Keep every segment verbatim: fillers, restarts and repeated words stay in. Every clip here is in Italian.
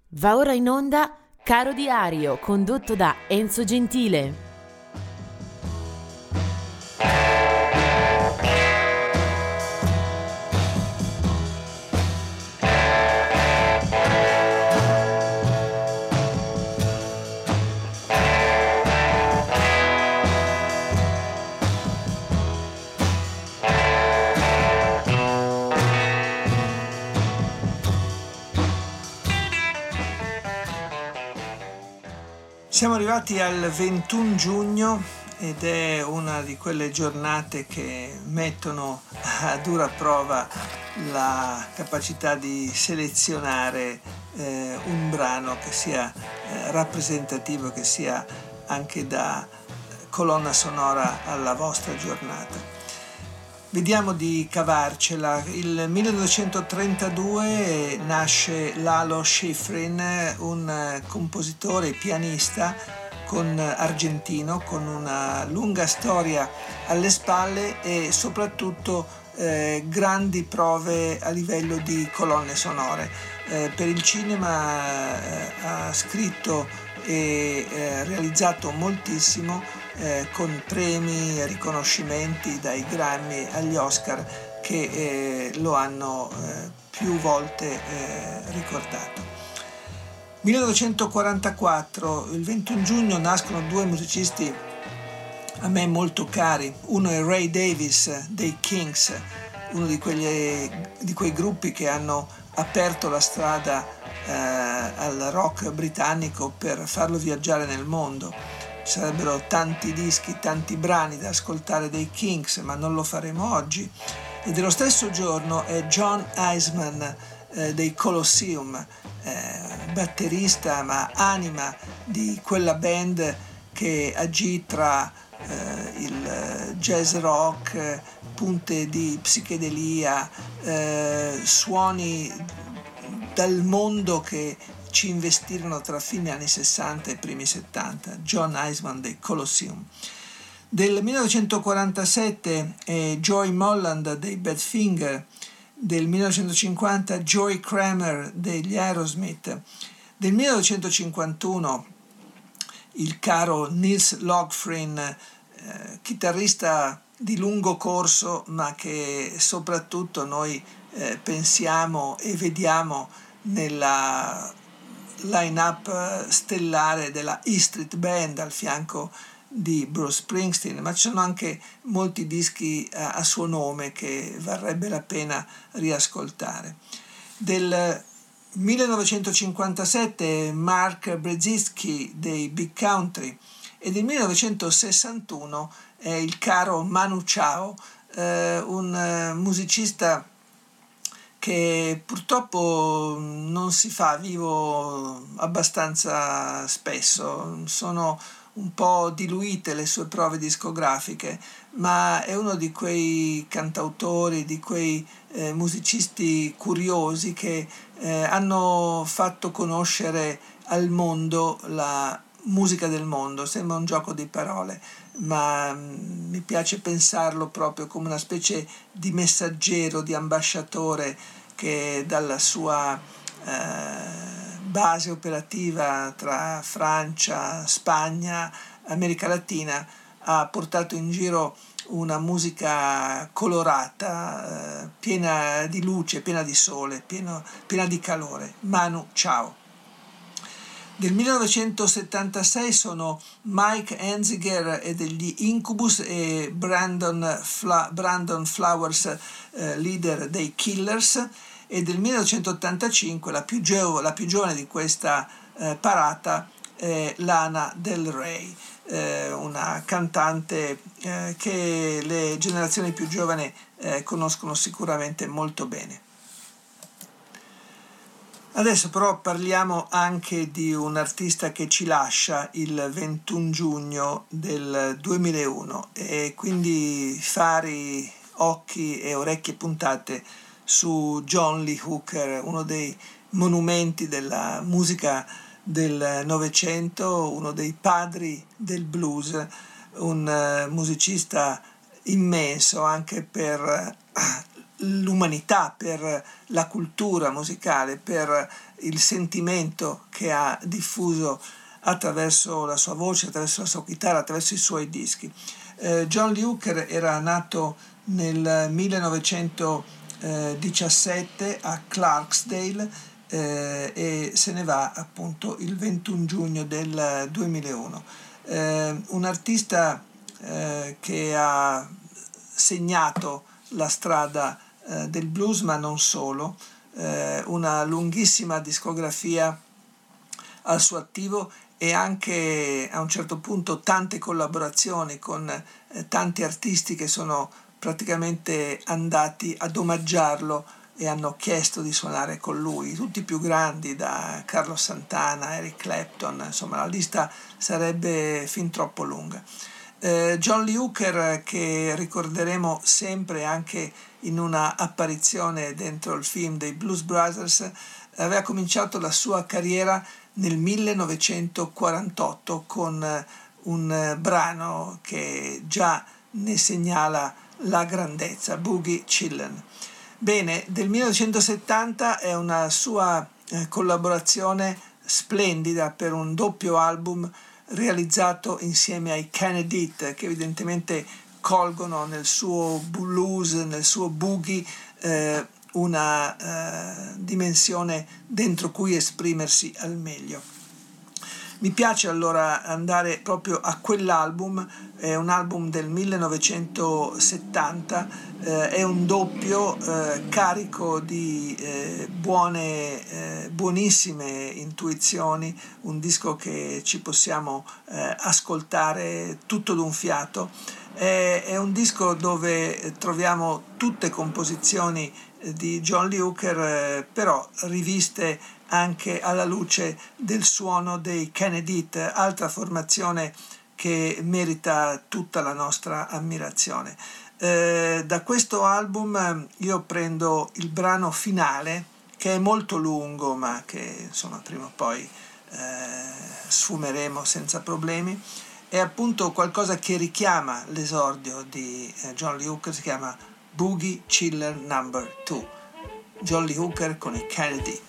Va ora in onda Caro Diario, condotto da Enzo Gentile. Siamo arrivati al ventuno giugno ed è una di quelle giornate che mettono a dura prova la capacità di selezionare eh, un brano che sia eh, rappresentativo, che sia anche da colonna sonora alla vostra giornata. Vediamo di cavarcela. Il millenovecentotrentadue nasce Lalo Schifrin, un compositore e pianista con argentino, con una lunga storia alle spalle e soprattutto eh, grandi prove a livello di colonne sonore. Eh, per il cinema eh, ha scritto e eh, realizzato moltissimo, eh, con premi e riconoscimenti dai Grammy agli Oscar che eh, lo hanno eh, più volte eh, ricordato. millenovecentoquarantaquattro, il ventuno giugno, nascono due musicisti a me molto cari. Uno è Ray Davies dei Kings, uno di, quegli, di quei gruppi che hanno aperto la strada eh, al rock britannico per farlo viaggiare nel mondo. Ci sarebbero tanti dischi, tanti brani da ascoltare dei Kings, ma non lo faremo oggi. E dello stesso giorno è John Eisman eh, dei Colosseum, eh, batterista ma anima di quella band che agì tra eh, il jazz rock, eh, punte di psichedelia, eh, suoni dal mondo che ci investirono tra fine anni sessanta e primi settanta. John Eisman dei Colosseum. Del millenovecentoquarantasette è Joey Molland dei Badfinger. Del millenovecentocinquanta Joey Kramer degli Aerosmith. Del millenovecentocinquantuno il caro Nils Logfrin, eh, chitarrista di lungo corso, ma che soprattutto noi eh, pensiamo e vediamo nella line-up stellare della E Street Band al fianco di Bruce Springsteen, ma ci sono anche molti dischi a, a suo nome che varrebbe la pena riascoltare. Del millenovecentocinquantasette Mark Brzezinski dei Big Country e del millenovecentosessantuno è il caro Manu Chao, eh, un eh, musicista che purtroppo non si fa vivo abbastanza spesso. Sono un po' diluite le sue prove discografiche, ma è uno di quei cantautori, di quei eh, musicisti curiosi che eh, hanno fatto conoscere al mondo la musica del mondo. Sembra un gioco di parole, ma mh, mi piace pensarlo proprio come una specie di messaggero, di ambasciatore che dalla sua eh, base operativa tra Francia, Spagna, America Latina ha portato in giro una musica colorata, eh, piena di luce, piena di sole, pieno, piena di calore. Manu Chao. Del millenovecentosettantasei sono Mike Einziger e degli Incubus e Brandon, Fla- Brandon Flowers, eh, leader dei Killers, e del millenovecentottantacinque la più, gio- la più giovane di questa eh, parata è Lana Del Rey, eh, una cantante eh, che le generazioni più giovani eh, conoscono sicuramente molto bene. Adesso però parliamo anche di un artista che ci lascia il ventuno giugno del duemilauno e quindi fari, occhi e orecchie puntate su John Lee Hooker, uno dei monumenti della musica del Novecento, uno dei padri del blues, un uh, musicista immenso anche per uh, l'umanità, per la cultura musicale, per il sentimento che ha diffuso attraverso la sua voce, attraverso la sua chitarra, attraverso i suoi dischi. Eh, John Lee Hooker era nato nel millenovecentodiciassette a Clarksdale eh, e se ne va appunto il ventuno giugno del duemilauno. Eh, un artista eh, che ha segnato la strada eh, del blues, ma non solo, eh, una lunghissima discografia al suo attivo e anche a un certo punto tante collaborazioni con eh, tanti artisti che sono praticamente andati ad omaggiarlo e hanno chiesto di suonare con lui, tutti i più grandi, da Carlos Santana, Eric Clapton, insomma la lista sarebbe fin troppo lunga. Eh, John Lee Hooker, che ricorderemo sempre anche in una apparizione dentro il film dei Blues Brothers, aveva cominciato la sua carriera nel millenovecentoquarantotto con un brano che già ne segnala la grandezza, Boogie Chillin'. Bene, del millenovecentosettanta è una sua eh, collaborazione splendida per un doppio album realizzato insieme ai Kennedy, che evidentemente colgono nel suo blues, nel suo boogie, eh, una eh, dimensione dentro cui esprimersi al meglio. Mi piace allora andare proprio a quell'album, è un album del millenovecentosettanta, eh, è un doppio eh, carico di eh, buone, eh, buonissime intuizioni, un disco che ci possiamo eh, ascoltare tutto d'un fiato. È, è un disco dove troviamo tutte composizioni di John Lee Hooker, eh, però riviste anche alla luce del suono dei Kennedy, altra formazione che merita tutta la nostra ammirazione. Eh, da questo album io prendo il brano finale, che è molto lungo, ma che insomma prima o poi eh, sfumeremo senza problemi. È appunto qualcosa che richiama l'esordio di eh, John Lee Hooker, si chiama Boogie Chiller number two. John Lee Hooker con i Kennedy.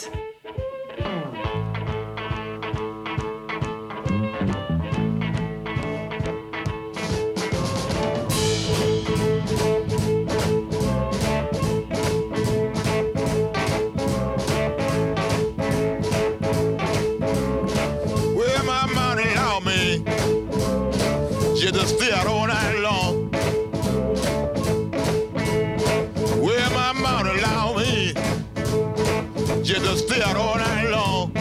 Just stay out all night long. Well, my mouth allow me just stay out all night long.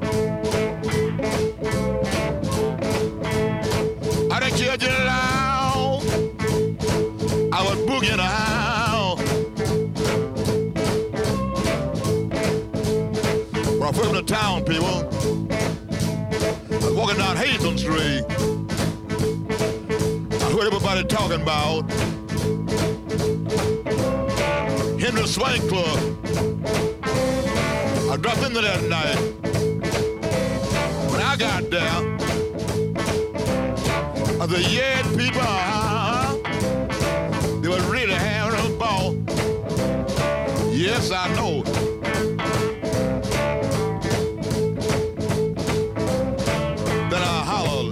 I didn't care just loud. I was boogieing out. When I first went to town, people, I was walking down Hazen Street. What everybody talking about? Henry Swank Club. I dropped into that night. When I got there, the yeah people, uh, they were really having a ball. Yes, I know. Then I hollered.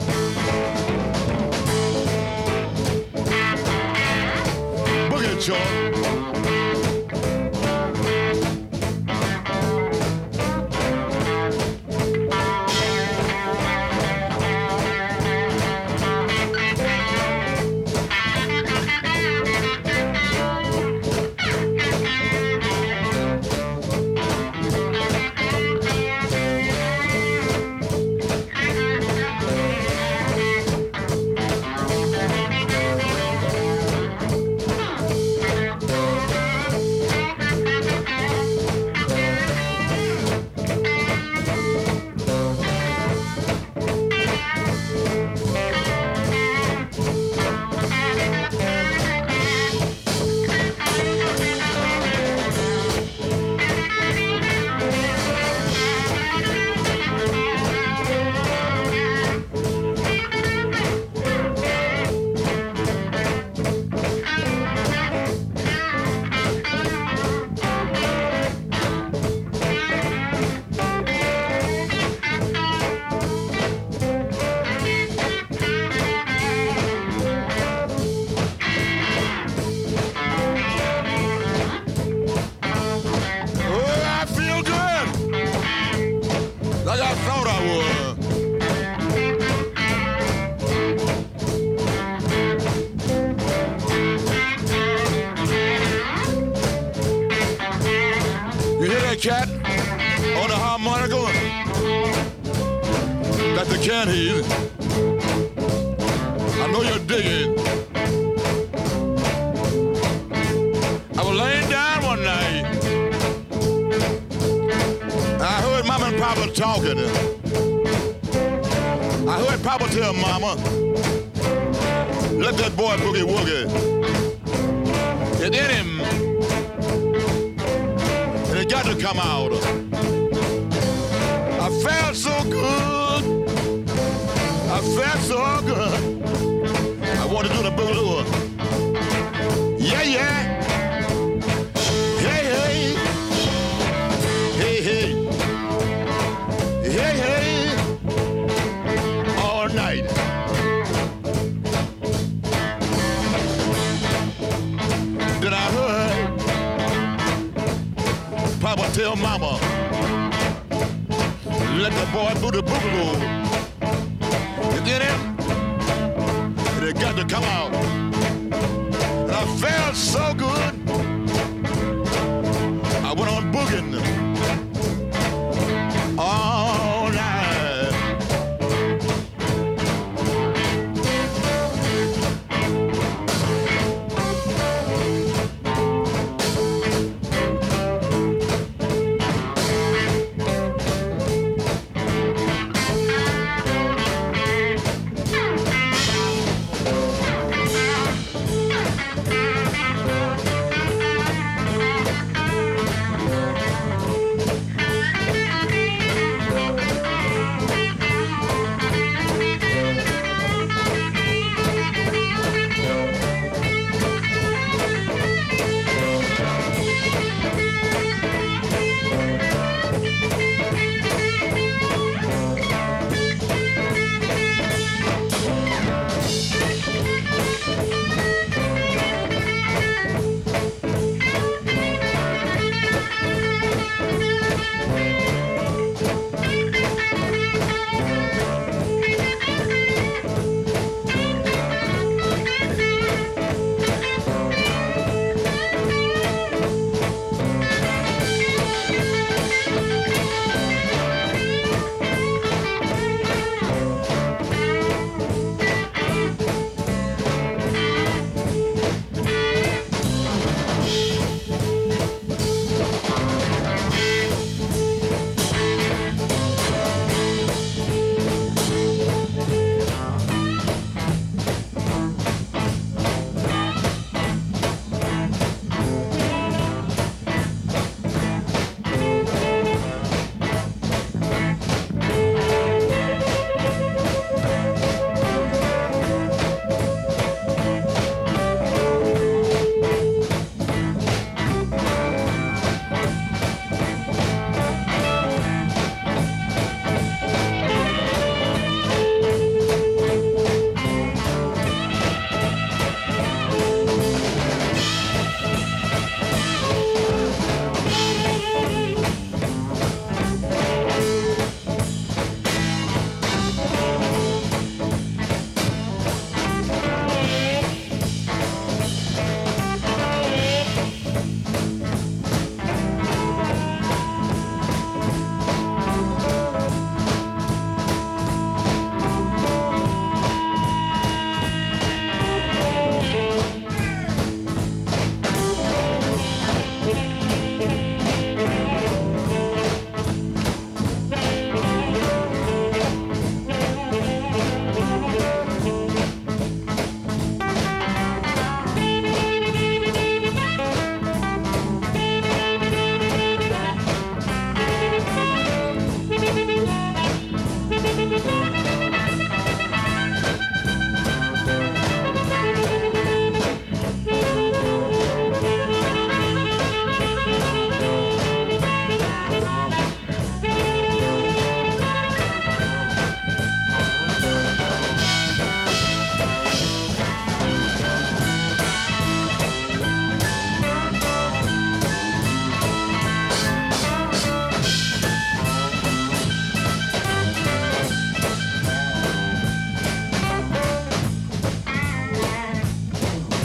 Sure. cat on the harmonica that they can't hear. I know you're digging. I was laying down one night. I heard Mama and Papa talking. I heard Papa tell Mama, let that boy boogie woogie. It's in him. And it got to come out. I felt so good. I felt so good. I want to do the boogaloo. Yeah, yeah. Hey, hey. Hey, hey. Hey, hey. All night. Then I heard Papa tell Mama, let the boy do the boogaloo. You get him? And it got to come out. And I felt so good. I went on booging all night.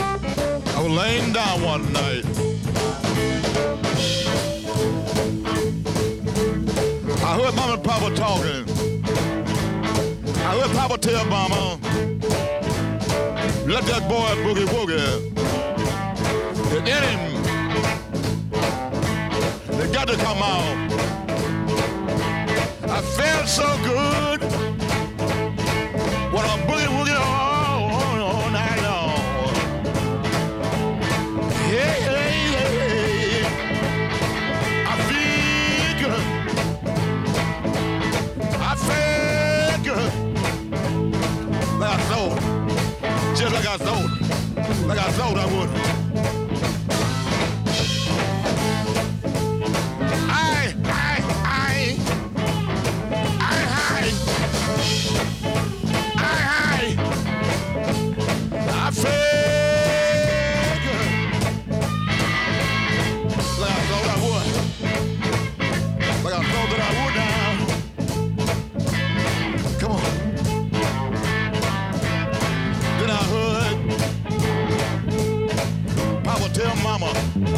laying down one night. Mama and Papa talking. I heard Papa tell Mama, let that boy boogie woogie. And in him, they got to come out. I felt so good when I'm boogie woogie all, all, all night long. Hey, hey, hey, I feel good. I feel good. Like I thought, just like I thought, like I thought I would. I feel good, like I thought I would, like I thought that I would now. Come on. Then I heard Papa tell Mama,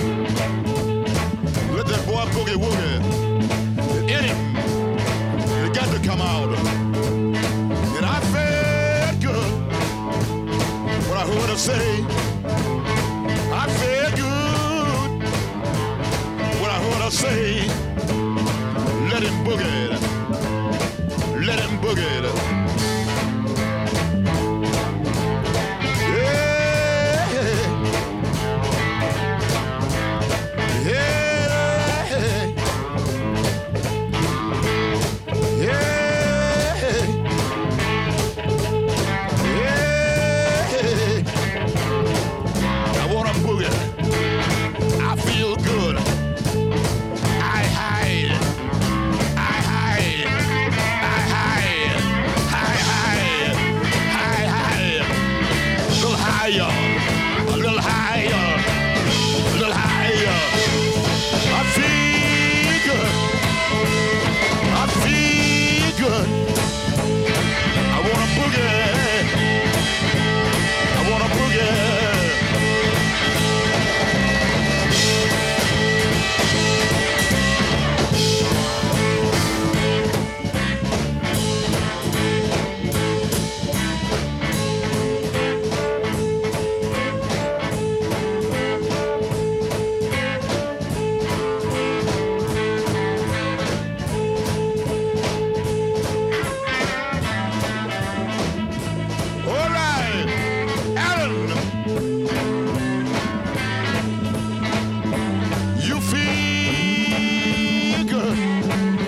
let that boy boogie woogie in him. It got to come out. And I felt good when I heard her say, I feel good when I heard her say, let him boogie, let him boogie. Yeah, yeah, yeah. A little higher, a little higher. I feel good, I feel good. I wanna boogie, I wanna boogie.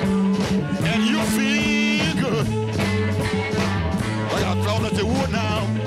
Now